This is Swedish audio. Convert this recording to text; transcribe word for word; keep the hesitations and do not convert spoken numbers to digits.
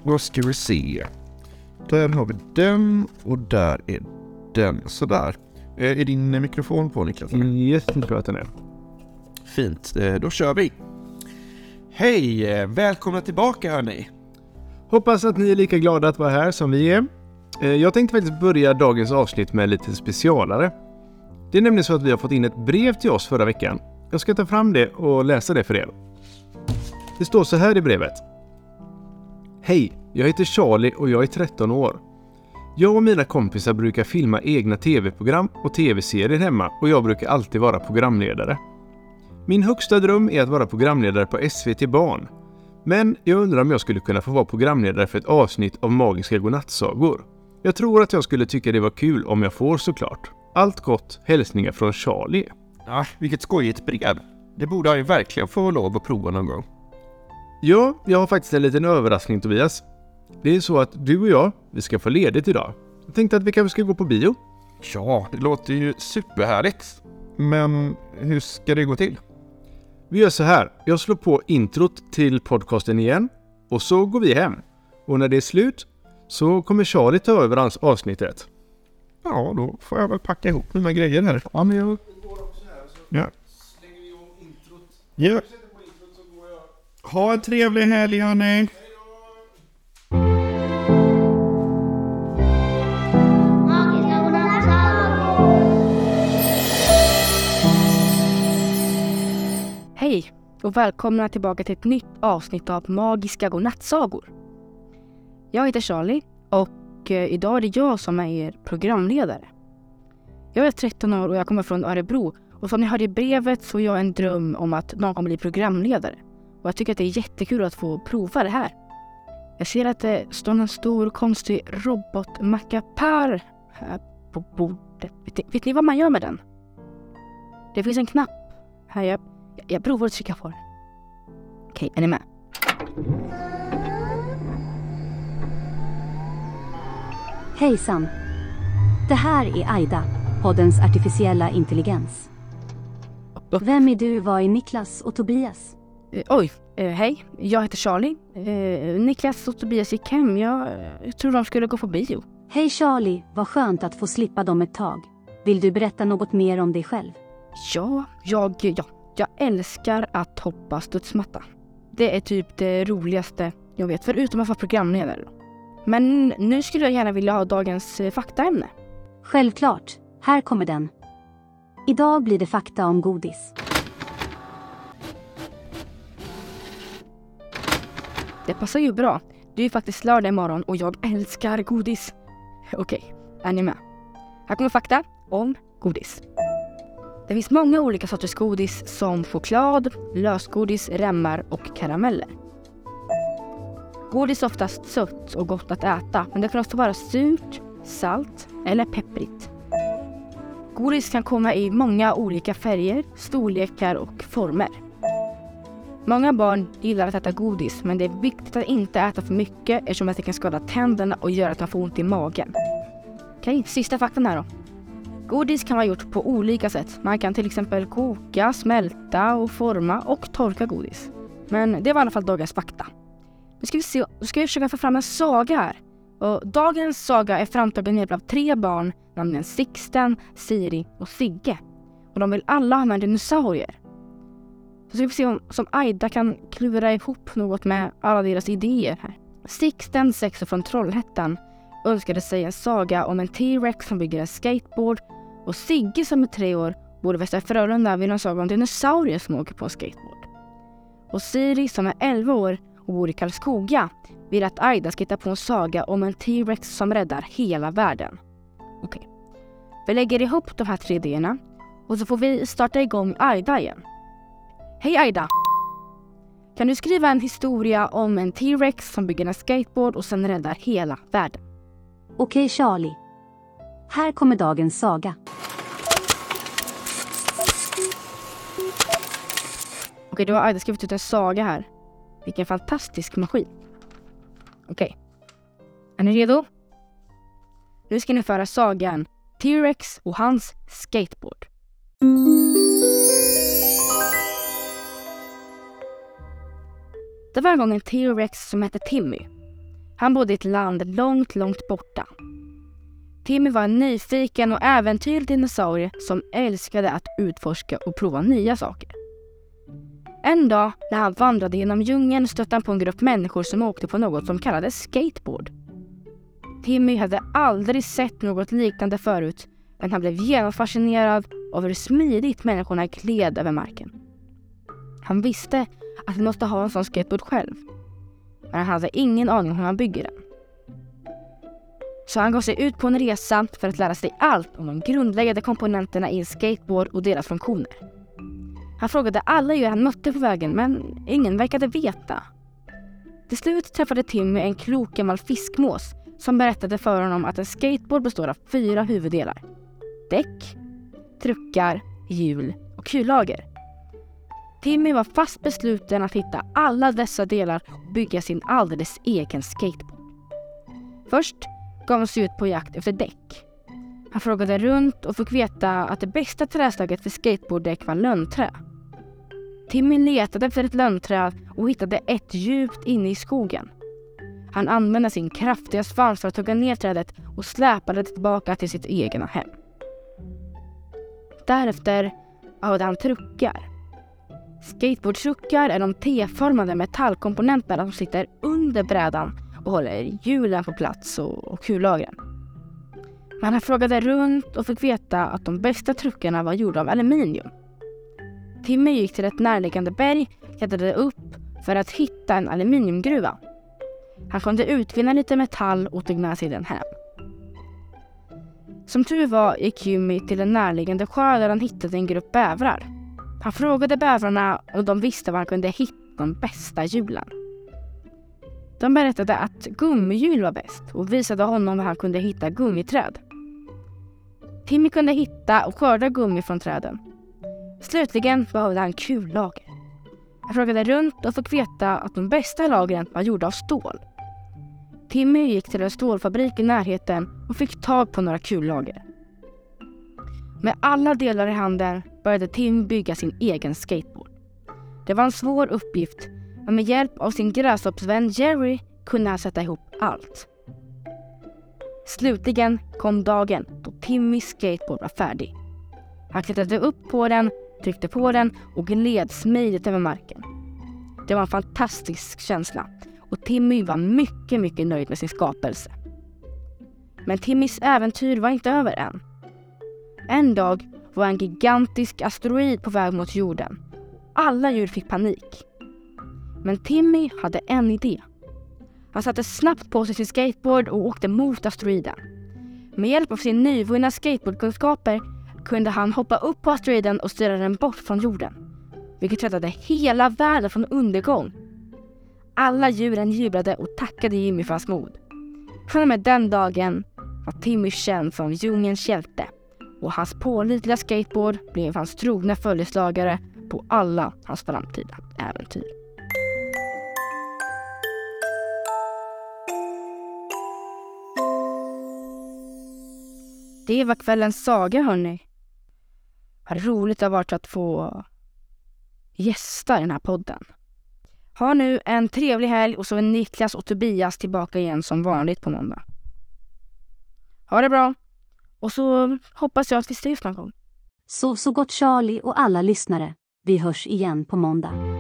Då ska vi se. Där har vi den och där är den. Sådär. Är din mikrofon på, Niklas? Jättebra att den är. Fint, då kör vi. Hej, välkomna tillbaka hörni. Hoppas att ni är lika glada att vara här som vi är. Jag tänkte faktiskt börja dagens avsnitt med lite specialare. Det är nämligen så att vi har fått in ett brev till oss förra veckan. Jag ska ta fram det och läsa det för er. Det står så här i brevet. Hej, jag heter Charlie och jag är tretton år. Jag och mina kompisar brukar filma egna tv-program och tv-serier hemma och jag brukar alltid vara programledare. Min högsta dröm är att vara programledare på S V T Barn. Men jag undrar om jag skulle kunna få vara programledare för ett avsnitt av Magiska godnattsagor. Jag tror att jag skulle tycka det var kul om jag får såklart. Allt gott, hälsningar från Charlie. Ja, vilket skojigt brev. Det borde jag ju verkligen få lov att prova någon gång. Ja, jag har faktiskt en liten överraskning, Tobias. Det är så att du och jag, vi ska få ledigt idag. Jag tänkte att vi kanske ska gå på bio. Ja, det låter ju superhärligt. Men hur ska det gå till? Vi gör så här. Jag slår på introt till podcasten igen. Och så går vi hem. Och när det är slut så kommer Charlie ta över avsnittet. Ja, då får jag väl packa ihop mina grejer här. Ja, men jag går också här så ja. Slänger vi om introt. Ja. Jag sätter på introt så går jag. Ha en trevlig helg, hörni. Hej och välkomna tillbaka till ett nytt avsnitt av Magiska godnattsagor. Jag heter Charlie och eh, idag är det jag som är er programledare. Jag är tretton år och jag kommer från Örebro och som ni hörde i brevet så har jag en dröm om att någon kommer bli programledare. Och jag tycker att det är jättekul att få prova det här. Jag ser att det står en stor konstig robotmackapär här på bordet. Vet ni, vet ni vad man gör med den? Det finns en knapp här. Jag, jag provar att trycka på den. Okej, är ni med? Hejsan. Det här är Aida, poddens artificiella intelligens. Vem är du, vad är Niklas och Tobias? Eh, oj, eh, hej. Jag heter Charlie. Eh, Niklas och Tobias gick hem. Jag, jag tror de skulle gå på bio. Hej Charlie, vad skönt att få slippa dem ett tag. Vill du berätta något mer om dig själv? Ja, jag, ja, jag älskar att hoppa studsmatta. Det är typ det roligaste jag vet, förutom att vara programledare. Men nu skulle jag gärna vilja ha dagens eh, faktaämne. Självklart, här kommer den. Idag blir det fakta om godis. Det passar ju bra. Det är ju faktiskt lördag imorgon och jag älskar godis. Okej, är ni med? Här kommer fakta om godis. Det finns många olika sorters godis som choklad, lösgodis, remmar och karameller. Godis är oftast sött och gott att äta, men det kan också vara surt, salt eller pepprigt. Godis kan komma i många olika färger, storlekar och former. Många barn gillar att äta godis, men det är viktigt att inte äta för mycket eftersom att det kan skada tänderna och göra att man får ont i magen. Okej, sista faktan här då. Godis kan vara gjort på olika sätt. Man kan till exempel koka, smälta och forma och torka godis. Men det var i alla fall dagens fakta. Nu ska vi se, nu ska vi försöka få fram en saga här. Och dagens saga är framtagen med hjälp av tre barn, nämligen Sixten, Siri och Sigge. Och de vill alla ha med dinosaurier. Så ska vi se om som Aida kan klura ihop något med alla deras idéer här. Sixten, sex år från Trollhättan, önskade sig en saga om en T-Rex som bygger en skateboard. Och Sigge som är tre år bor i Västra Frölunda vill en saga om dinosaurier som åker på en skateboard. Och Siri som är elva år och bor i Karlskoga vill att Aida ska hitta på en saga om en T-Rex som räddar hela världen. Okej. Okay. Vi lägger ihop de här tre idéerna och så får vi starta igång Aida igen. Hej Aida! Kan du skriva en historia om en T-Rex som bygger en skateboard och sen räddar hela världen? Okej Charlie. Här kommer dagens saga. Okej, då har Aida skrivit ut en saga här. Vilken fantastisk maskin. Okej. Är ni redo? Nu ska ni föra sagan T-Rex och hans skateboard. Det var en gång en T-Rex som hette Timmy. Han bodde i ett land långt, långt borta. Timmy var en nyfiken och äventyrlig dinosaurie som älskade att utforska och prova nya saker. En dag när han vandrade genom djungeln stötte han på en grupp människor som åkte på något som kallades skateboard. Timmy hade aldrig sett något liknande förut, men han blev genomfascinerad av hur smidigt människorna gled över marken. Han visste att han måste ha en sån skateboard själv, men han hade ingen aning om hur man bygger den. Så han gav sig ut på en resa för att lära sig allt om de grundläggande komponenterna i en skateboard och deras funktioner. Han frågade alla djur han mötte på vägen, men ingen verkade veta. Till slut träffade Timmy en klok gammal fiskmås som berättade för honom att en skateboard består av fyra huvuddelar: däck, truckar, hjul och kullager. Timmy var fast besluten att hitta alla dessa delar och bygga sin alldeles egen skateboard. Först gav han sig ut på jakt efter däck. Han frågade runt och fick veta att det bästa träslaget för skateboarddäck var lönnträ. Timmy letade efter ett lönnträd och hittade ett djupt inne i skogen. Han använde sin kraftiga svans för att hugga ner trädet och släpade det tillbaka till sitt egna hem. Därefter hade han truckar. Skateboardtruckar är de T-formade metallkomponenterna som sitter under brädan och håller hjulen på plats och, och kullagren. Men han frågade runt och fick veta att de bästa truckarna var gjorda av aluminium. Timmy gick till ett närliggande berg, klättrade upp för att hitta en aluminiumgruva. Han kunde utvinna lite metall och tog med sig den hem. Som tur var gick Jimmy till en närliggande sjö där han hittade en grupp bävrar. Han frågade bävrarna om de visste var han kunde hitta de bästa hjulen. De berättade att gummihjul var bäst och visade honom var han kunde hitta gummiträd. Timmy kunde hitta och skörda gummi från träden. Slutligen behövde han kullager. Han frågade runt och fick veta att de bästa lagren var gjorda av stål. Timmy gick till en stålfabrik i närheten och fick tag på några kullager. Med alla delar i handen började Timmy bygga sin egen skateboard. Det var en svår uppgift, men med hjälp av sin gräshoppsvän Jerry kunde han sätta ihop allt. Slutligen kom dagen då Timmys skateboard var färdig. Han klättrade upp på den, tryckte på den och gled smidigt över marken. Det var en fantastisk känsla och Timmy var mycket, mycket nöjd med sin skapelse. Men Timmys äventyr var inte över än. En dag var en gigantisk asteroid på väg mot jorden. Alla djur fick panik. Men Timmy hade en idé. Han satte snabbt på sig sin skateboard och åkte mot asteroiden. Med hjälp av sin nyvunna skateboardkunskaper kunde han hoppa upp på asteroiden och styra den bort från jorden, vilket räddade hela världen från undergång. Alla djuren jublade och tackade Jimmy för hans mod. Från och med den dagen var Timmy känd som djungelns hjälte, och hans pålitliga skateboard blev hans trogna följeslagare på alla hans framtida äventyr. Det var kvällens saga, hörni. Vad roligt det har varit att få gästa i den här podden. Ha nu en trevlig helg och så är Niklas och Tobias tillbaka igen som vanligt på måndag. Ha det bra. Och så hoppas jag att vi ses någon gång. Så så gott Charlie och alla lyssnare. Vi hörs igen på måndag.